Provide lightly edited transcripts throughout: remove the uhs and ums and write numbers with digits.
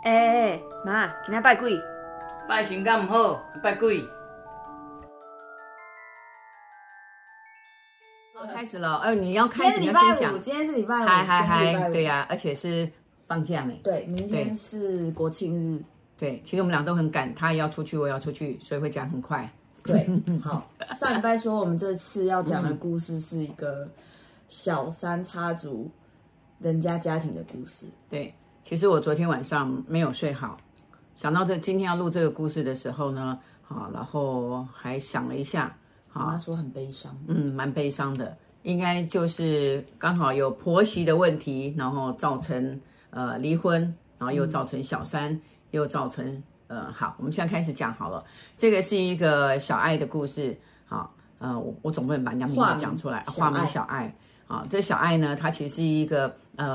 妈，今仔拜鬼？ 拜神敢唔好，拜鬼。开始了，你要开始，你要先讲。 今天是礼拜五， 嗨，对呀，而且是放假呢。 对，明天是国庆日。 对，其实我们俩都很赶，他也要出去，我也要出去，所以会讲很快。 对，好。上礼拜说我们这次要讲的故事是一个小三插足人家家庭的故事。 对，其实我昨天晚上没有睡好，想到今天要录这个故事的时候呢，然后还想了一下， 妈妈说很悲伤， 蛮悲伤的，应该就是刚好有婆媳的问题，然后造成离婚，然后又造成小三，又造成好，我们现在开始讲好了。这个是一个小爱的故事，好，我总不能把人家名字讲出来，化名小爱。啊，这小爱呢，她其实是一个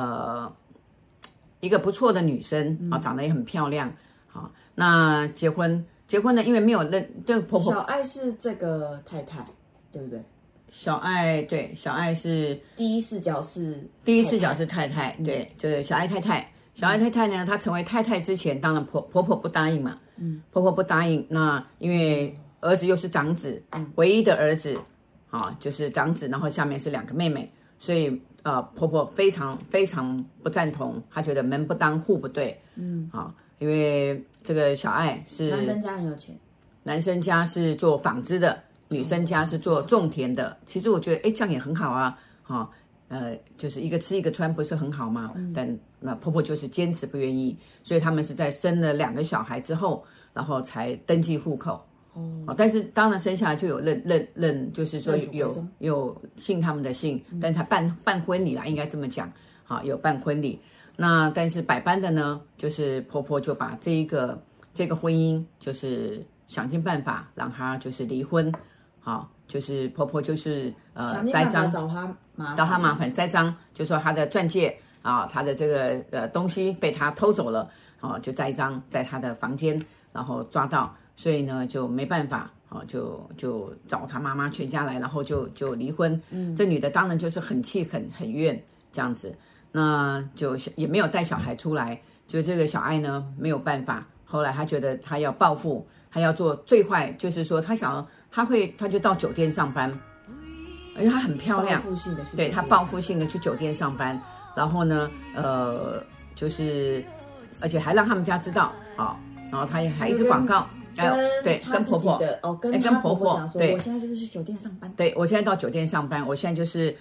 不错的女生啊，长得也很漂亮。好，那结婚呢，因为没有这个婆婆。 小爱是这个太太，对不对？ 小爱是第一视角是太太，对，就是小爱太太。小爱太太呢，她成为太太之前，当然婆婆不答应嘛，婆婆不答应。那因为儿子又是长子，唯一的儿子，就是长子，然后下面是2个妹妹，所以婆婆非常非常不赞同，她觉得门不当户不对，因为这个小爱是男生家很有钱， 男生家是做纺织的，女生家是做种田的。其实我觉得，这样也很好啊，就是一个吃一个穿，不是很好吗？但婆婆就是坚持不愿意，所以他们是在生了2个小孩之后，然后才登记户口。但是当然生下来就有认，就是说有姓他们的姓，但他办婚礼啦，应该这么讲，有办婚礼。那但是百般的呢，就是婆婆就把这个婚姻，就是想尽办法让他就是离婚，就是婆婆就是栽赃， 找他麻烦，栽赃，就说他的钻戒他的这个东西被他偷走了，就栽赃在他的房间，然后抓到，所以呢就没办法，就找他妈妈全家来，然后就离婚。这女的当然就是很气很怨这样子，那就也没有带小孩出来，就这个小爱呢没有办法，后来她觉得她要报复，她要做最坏，就是说她就到酒店上班，因为她很漂亮，对，她报复性的去酒店上班，然后呢就是而且还让他们家知道，然后她还一直广告。对，跟婆婆跟婆婆讲说，对， 我现在就是去酒店上班。 对，我现在到酒店上班，我现在就是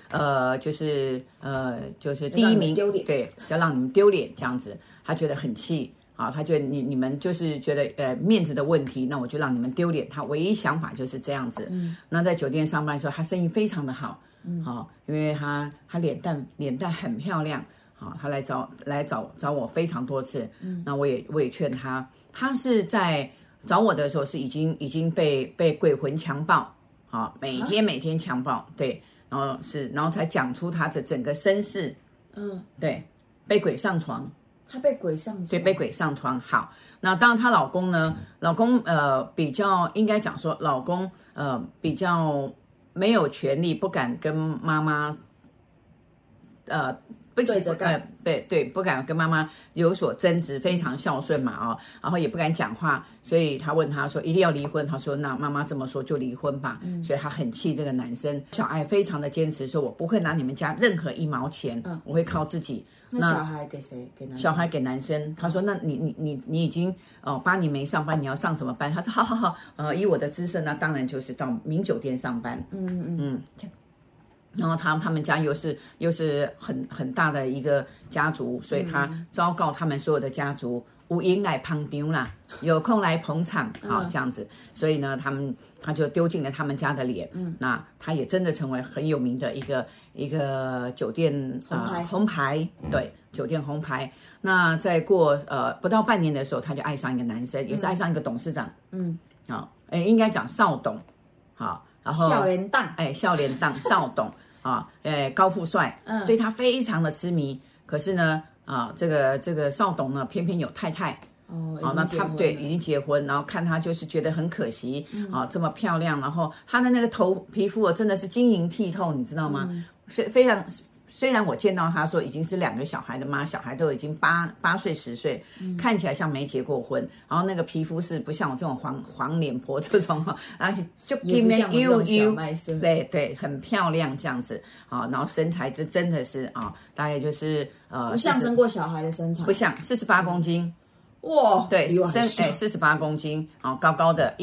就是第一名，对，要让你们丢脸这样子。他觉得很气他觉得你们就是觉得面子的问题，那我就让你们丢脸。他唯一想法就是这样子。那在酒店上班的时候，他生意非常的好，因为他脸蛋很漂亮，他来找我非常多次。那我也劝他，他是在找我的时候是已经被鬼魂强暴，每天强暴，对，然后才讲出他的整个身世，对，被鬼上床， 他被鬼上床， 对，被鬼上床。好，那当然她老公呢，比较应该讲说，老公比较没有权利，不敢跟妈妈对着干， 对，不敢跟妈妈有所争执，非常孝顺嘛，然后也不敢讲话，所以他问他说一定要离婚，他说那妈妈这么说就离婚吧，所以他很气这个男生。小爱非常的坚持说，我不会拿你们家任何1毛钱，我会靠自己。 那小孩给谁？给男生？ 小孩给男生。他说那你已经8年没上班，你要上什么班？他说好，以我的姿色，那当然就是到名酒店上班。然后他们家又是很大的一个家族，所以他昭告他们所有的家族，有闲来捧场啦，有空来捧场这样子。所以呢，他就丢尽了他们家的脸。那他也真的成为很有名的一个酒店红牌，对，酒店红牌。那在过不到半年的时候，他就爱上一个男生，也是爱上一个董事长。应该讲少董，然后少年档少董高富帅，对他非常的痴迷。可是呢，这个少董呢，偏偏有太太，那他对已经结婚，然后看他就是觉得很可惜，这么漂亮，然后他的那个皮肤真的是晶莹剔透，你知道吗？非常虽然我见到她说已经是2个小孩的妈，小孩都已经8岁10岁，看起来像没结过婚，然后那个皮肤是不像我这种黄脸婆这种，而且就也不像我这种小麦色， 对对，很漂亮这样子啊，然后身材真的是啊，大概就是不像生过小孩的身材， 不像48公斤。 哇， 对，48公斤啊，高高的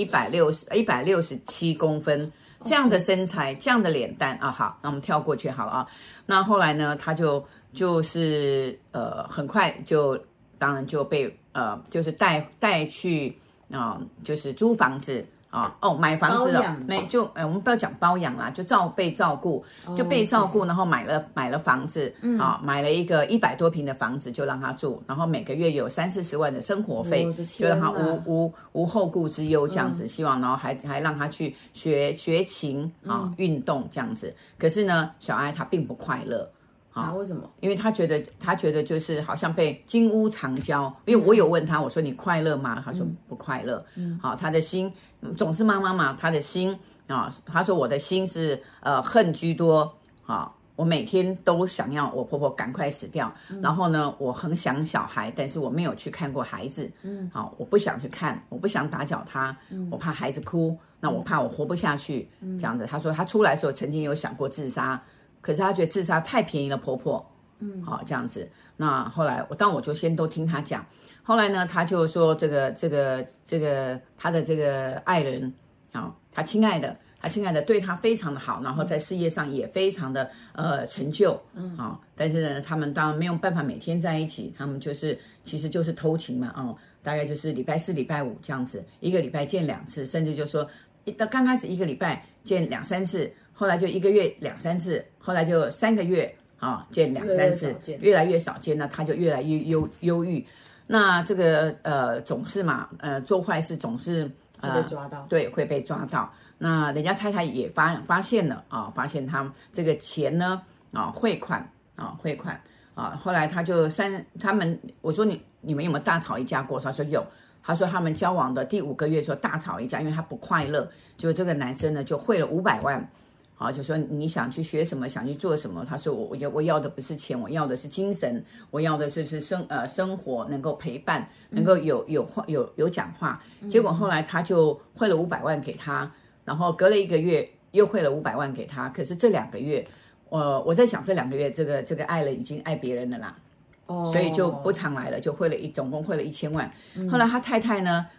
167公分，这样的身材，这样的脸蛋啊，好，那我们跳过去好了啊。那后来呢，他就是很快就当然就被就是带去就是租房子。买房子了，我们不要讲包养啦，就被照顾，就被照顾，然后买了房子，买了一个100多平的房子就让他住，然后每个月有30-40万的生活费，就让他无后顾之忧这样子，希望然后还让他去学琴运动这样子。可是呢，小艾他并不快乐。 为什么？ 因为他觉得就是好像被金屋藏娇。因为我有问他，我说你快乐吗？他说不快乐。他的心总是妈妈嘛，他的心他说我的心是恨居多我每天都想要我婆婆赶快死掉。然后呢，我很想小孩，但是我没有去看过孩子。我不想去看，我不想打搅他，我怕孩子哭，那我怕我活不下去。这样子，他说他出来的时候曾经有想过自殺。可是他觉得自杀太便宜了，婆婆，这样子。那后来我就先都听他讲。后来呢，他就说这个他的这个爱人他亲爱的对他非常的好，然后在事业上也非常的成就，但是呢，他们当然没有办法每天在一起，他们其实就是偷情嘛，大概就是礼拜4、礼拜5这样子，一个礼拜见2次，甚至就说刚开始一个礼拜见2-3次。后来就1个月2-3次，后来就3个月见2-3次，越来越少见，那他就越来越忧郁。那这个总是嘛，做坏事总是会被抓到， 对，会被抓到。那人家太太也发现了发现他这个钱呢汇款。后来我说你们有没有大吵一架过？他说有。他说他们交往的第5个月就大吵一架，因为他不快乐，就这个男生呢就汇了500万。就说你想去学什么，想去做什么？他说我要的不是钱，我要的是精神，我要的是生活能够陪伴，能够有讲话。结果后来他就汇了500万给他，然后隔了1个月又汇了500万给他。可是这2个月，我在想这2个月这个爱人已经爱别人了啦。所以就不常来了，就总共汇了1000万。后来他太太呢，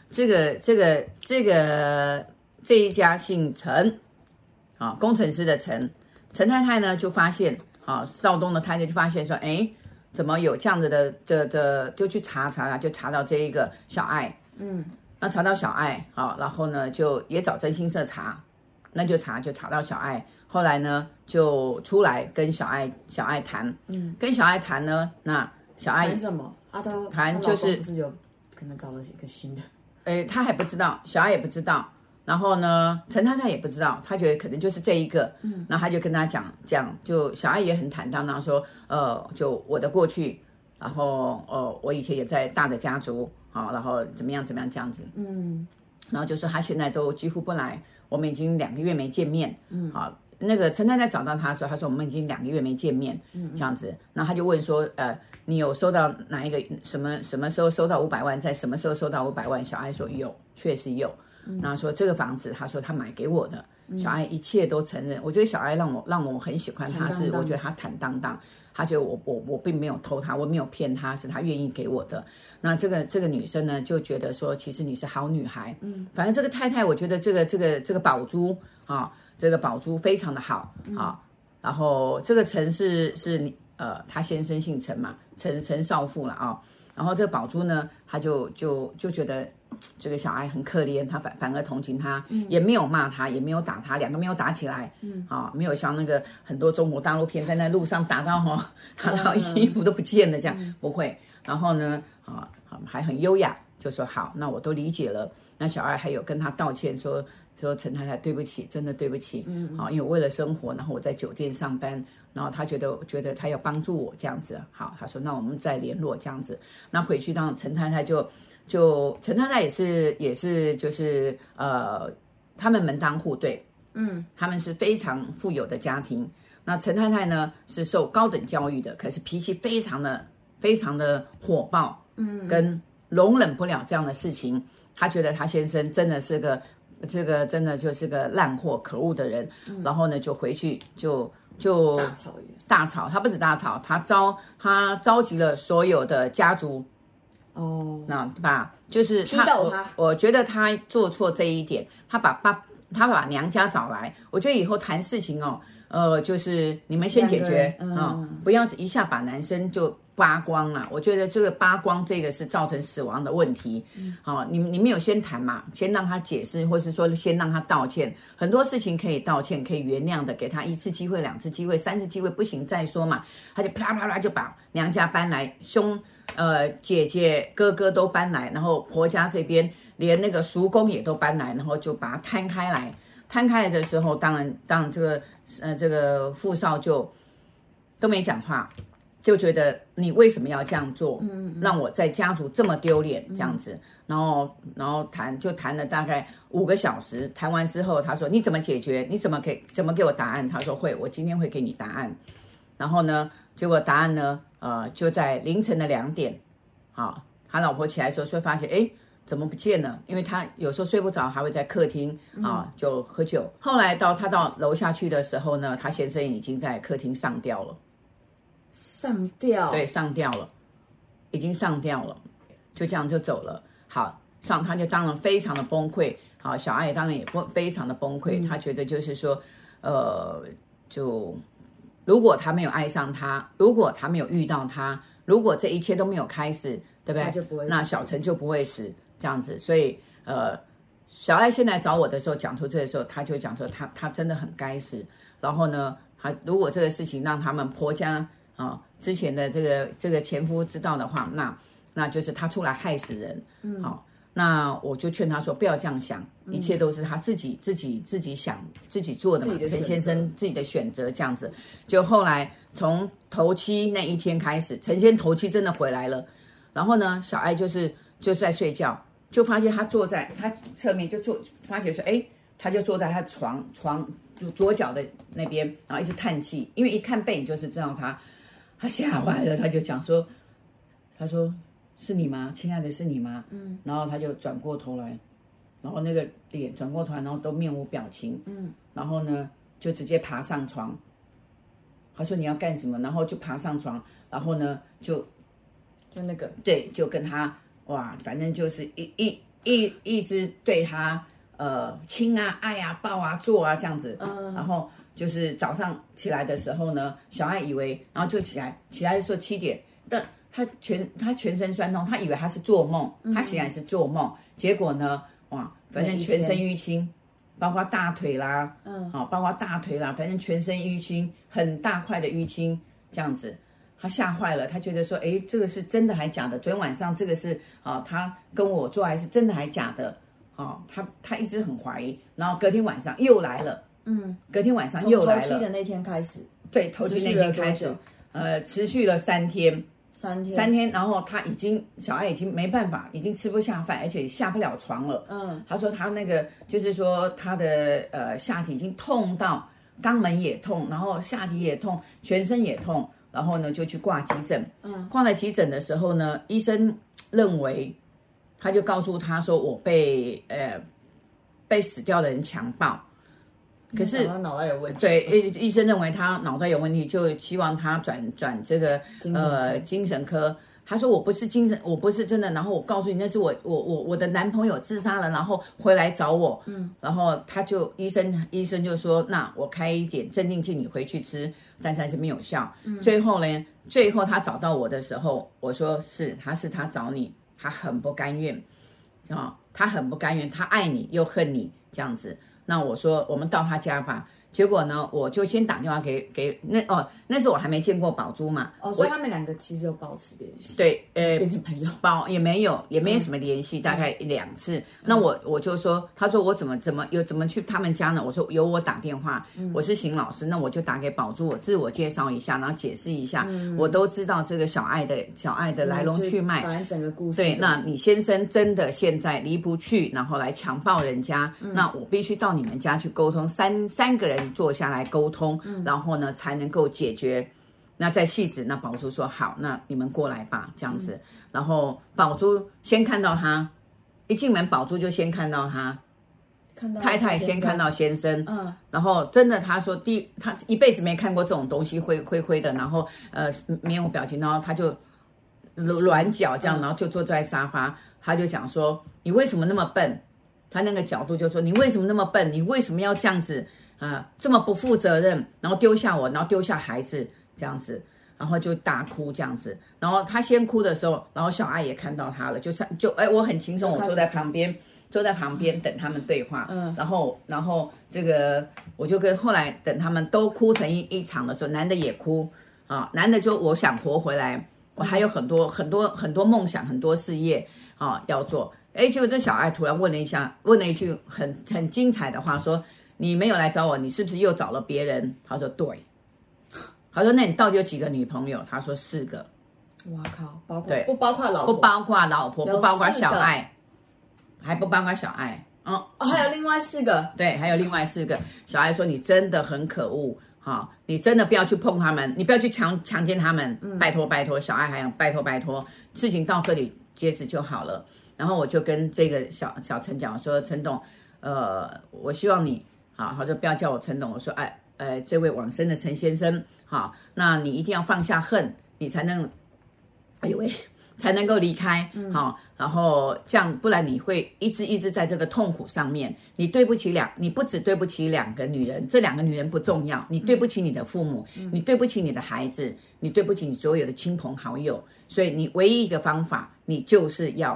这一家姓陈。工程师的陈太太呢就发现少东的太太就发现说，怎么有这样子的就去查，就查到这一个小爱。那查到小爱然后呢就也找征信社查，那就查到小爱。后来呢就出来跟小爱谈。跟小爱谈呢，那小爱谈什么谈就是不是有可能找了一个新的， 他还不知道，小爱也不知道。然后呢，陈太太也不知道，他觉得可能就是这一个，然后他就跟他讲，就小爱也很坦荡荡说，就我的过去，然后我以前也在大的家族，然后怎么样这样子，然后就说他现在都几乎不来，我们已经2个月没见面，那个陈太太找到他的时候，他说我们已经2个月没见面，这样子，然后他就问说，你有收到哪一个什么时候收到500万，在什么时候收到500万？小爱说有，确实有。那说这个房子，他说他买给我的，小爱一切都承认。我觉得小爱让我很喜欢他，是我觉得他坦荡荡，他觉得我并没有偷他，我没有骗他，是他愿意给我的。那这个女生呢，就觉得说，其实你是好女孩。反正这个太太，我觉得这个宝珠这个宝珠非常的好然后这个陈是他先生姓陈嘛，陈少妇了然后这个宝珠呢，他就觉得这个小爱很可怜，他反而同情他，也没有骂他，也没有打他，两个没有打起来，没有像那个很多中国大陆片在那路上打到衣服都不见了这样，不会。然后呢还很优雅，就说好，那我都理解了。那小爱还有跟他道歉说陈太太对不起，真的对不起，因为我为了生活，然后我在酒店上班，然后他觉得他要帮助我这样子，好，他说那我们再联络这样子。那回去当陈太太就陈太太也是就是他们门当户对，他们是非常富有的家庭。 那陈太太呢是受高等教育的，可是脾气非常的火爆，跟容忍不了这样的事情。她觉得她先生真的是个这个真的就是个烂货，可恶的人。然后呢就回去就大吵，他不止大吵，他召集了所有的家族。那就是批斗他。 我觉得他做错这一点，他把娘家找来。我觉得以后谈事情就是你们先解决不要一下把男生就扒光了。我觉得这个扒光这个是造成死亡的问题。你们有先谈嘛，先让他解释，或是说先让他道歉。很多事情可以道歉，可以原谅的，给他1次机会、2次机会、3次机会，不行再说嘛。他就啪啪啪就把娘家搬来，姐姐哥哥都搬来，然后婆家这边连那个叔公也都搬来，然后就把它摊开来。摊开来的时候，当然这个富少就都没讲话，就觉得你为什么要这样做？让我在家族这么丢脸这样子。然后谈了大概5个小时，谈完之后他说你怎么解决？你怎么给我答案？他说会，我今天会给你答案。然后呢，结果答案呢就在凌晨的2点，他老婆起来的时候就发现怎么不见了？因为他有时候睡不着，还会在客厅就喝酒。后来他到楼下去的时候呢，他先生已经在客厅上吊了。对，上吊了，已经上吊了，就这样就走了。好，他就当然非常的崩溃。好，小爱当然也非常的崩溃。他觉得就是说，就如果他没有爱上他，如果他没有遇到他，如果这一切都没有开始，对不对？那小陈就不会死。这样子，所以小爱现在找我的时候讲出这个时候，他就讲说他真的很该死。然后呢，如果这个事情让他们婆家之前的这个前夫知道的话，那就是他出来害死人。那我就劝他说不要这样想，一切都是他自己想自己做的嘛，陈先生自己的选择这样子。就后来从头七那一天开始，陈先头七真的回来了。然后呢，小爱就在睡觉，就发现他坐在他侧面，发觉说，他就坐在他床就左脚的那边，然后一直叹气，因为一看背影就是知道他吓坏了，他就讲说，他说是你吗，亲爱的，是你吗？然后他就转过头来，然后那个脸转过头来，然后都面无表情，然后呢就直接爬上床，他说你要干什么？然后就爬上床，然后呢就那个对，就跟他反正就是一直对他亲啊、爱啊、抱啊、做啊这样子。然后就是早上起来的时候呢，小爱以为，然后就起来的时候7点，但他全身酸痛，他以为他是做梦，他显然是做梦。结果呢，反正全身淤青，包括大腿啦，包括大腿啦，反正全身淤青，很大块的淤青这样子。他吓坏了，他觉得说，这个是真的还假的？昨天晚上这个是他跟我做爱是真的还假的？他一直很怀疑，然后隔天晚上又来了，隔天晚上又来了。 从头七的那天开始， 对，头七那天开始，持续了3天，然后小爱已经没办法，已经吃不下饭，而且下不了床了。他说他那个就是说他的下体已经痛到肛门也痛，然后下体也痛，全身也痛。然后呢，就去挂急诊。挂了急诊的时候呢，医生认为，他就告诉他说，我被死掉的人强暴。可是他脑袋有问题。 对，医生认为他脑袋有问题，就希望他转这个精神科。他说我不是真的，然后我告诉你那是我的男朋友自杀了，然后回来找我，然后医生就说那我开一点镇定剂你回去吃，但是还是没有效。最后他找到我的时候，我说他找你，他很不甘愿，他很不甘愿，他爱你又恨你这样子。那我说我们到他家吧。结果呢，我就先打电话给那时候我还没见过宝珠嘛。 所以他们2个其实有保持联系。 对， 变成朋友。 也没什么联系，大概2次。那我就说，他说我怎么去他们家呢？我说由我打电话，我是邢老师，那我就打给宝珠，我自我介绍一下，然后解释一下，我都知道这个小爱的来龙去脉， 反正整个故事。 对，那你先生真的现在离不去，然后来强暴人家，那我必须到你们家去沟通，3个人人坐下来沟通，然后呢才能够解决。那在戏子，那宝珠说好，那你们过来吧，这样子。然后宝珠先看到他，一进门宝珠就先看到他。太太先看到先生，然后真的他说他一辈子没看过这种东西，灰的，然后面无表情，然后他就软脚这样，然后就坐在沙发，他就讲说你为什么那么笨？他那个角度就说你为什么那么笨？你为什么要这样子这么不负责任？然后丢下我，然后丢下孩子这样子，然后就大哭这样子。然后他先哭的时候，然后小爱也看到他了，我很轻松，我坐在旁边等他们对话，然后这个我就跟后来等他们都哭成一场的时候，男的也哭啊，男的就我想活回来，我还有很多梦想，很多事业要做。结果这小爱突然问了一句很精彩的话，说你没有来找我，你是不是又找了别人？他说对，他说那你到底有几个女朋友？他说4个。 哇靠，不包括老婆， 不包括老婆，不包括小爱。还不包括小爱， 还有另外4个， 对，还有另外4个。小爱说：“你真的很可恶，你真的不要去碰他们，你不要去强奸他们，拜托拜托。”小爱还想拜托，事情到这里截止就好了。然后我就跟这个小陈讲说：“陈董，我希望你，好就不要叫我陈董，我说这位往生的陈先生，那你一定要放下恨，你才能，才能够离开，然后这样，不然你会一直在这个痛苦上面。你不只对不起2个女人，这2个女人不重要，你对不起你的父母，你对不起你的孩子，你对不起你所有的亲朋好友。所以你唯一一个方法，你就是要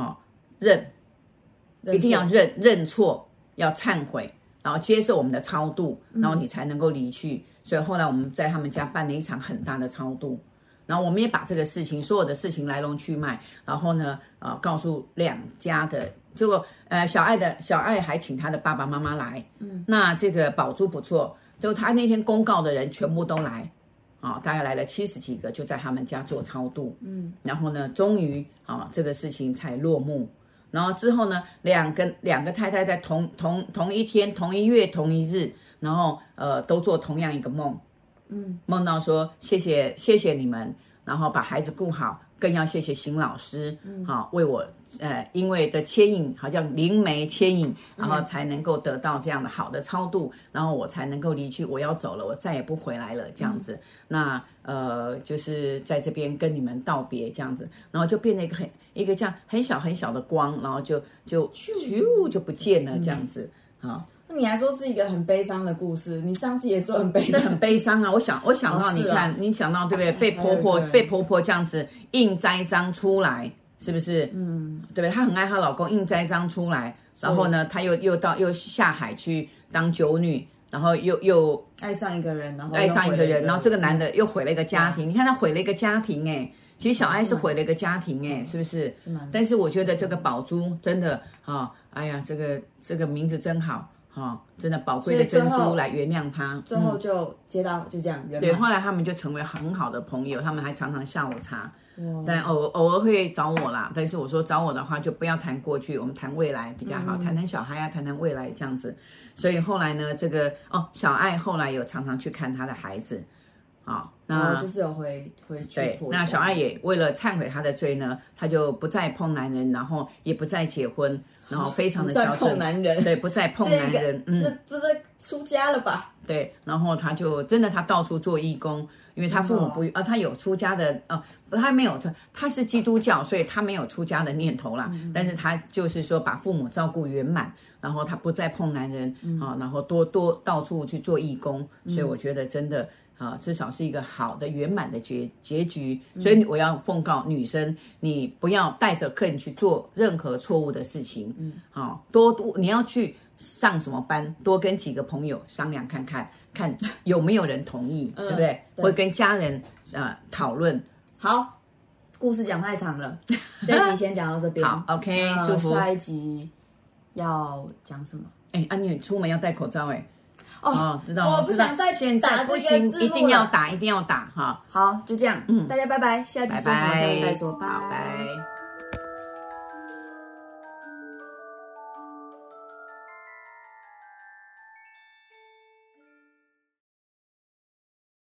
一定要认错，要忏悔，然后接受我们的超度，然后你才能够离去。所以后来我们在他们家办了一场很大的超度。然后我们也把这个事情，所有的事情来龙去脉，然后呢，告诉2家的。结果，小爱还请他的爸爸妈妈来。那这个宝珠不错，就他那天公告的人全部都来，大概来了70几个，就在他们家做超度。然后呢，终于这个事情才落幕。然后之后呢，两个太太在同一天、同一月、同一日，然后都做同样一个梦。梦到说谢谢你们，然后把孩子顾好，更要谢谢邢老师，为我因为的牵引，好像灵媒牵引，然后才能够得到这样的好的超度，然后我才能够离去，我要走了，我再也不回来了这样子。那就是在这边跟你们道别这样子，然后就变成一个这样很小很小的光，然后就咻就不见了这样子那你还说是一个很悲伤的故事，你上次也说很悲伤， 这很悲伤啊！我想到你看，你想到对不对？被婆婆这样子硬栽赃出来，是不是？对不对？她很爱她老公，硬栽赃出来，然后呢，她又下海去当酒女，然后又爱上一个人， 然后这个男的又毁了一个家庭。你看他毁了一个家庭其实小爱是毁了一个家庭是不是？但是我觉得这个宝珠真的哎呀，这个名字真好。真的宝贵的珍珠来原谅他， 最后就接到就这样圆满。 对，后来他们就成为很好的朋友，他们还常常下午茶，但偶尔会找我啦。但是我说找我的话就不要谈过去，我们谈未来比较好，谈小孩谈未来这样子。所以后来呢，这个小爱后来有常常去看他的孩子。那就是有回去。 对，那小爱也为了忏悔他的罪呢，他就不再碰男人，然后也不再结婚，然后非常的孝顺。 不再碰男人， 对，不再碰男人。 这不是出家了吧？ 对，然后他就真的他到处做义工，因为他父母不他有出家的他没有，他是基督教，所以他没有出家的念头啦。但是他就是说把父母照顾圆满，然后他不再碰男人然后多到处去做义工，所以我觉得真的。至少是一个好的圆满的结局，所以我要奉告女生，你不要带着恨去做任何错误的事情。多你要去上什么班，多跟几个朋友商量看有没有人同意，对不对？或跟家人讨论。 好，故事讲太长了，这一集先讲到这边。 好 ，OK， 祝福。 下一集要讲什么？ 你出门要戴口罩知道。 我不想再现在打这个不行， 字幕一定要打哈。 好，就这样，大家拜拜，下集说什么再说，拜拜。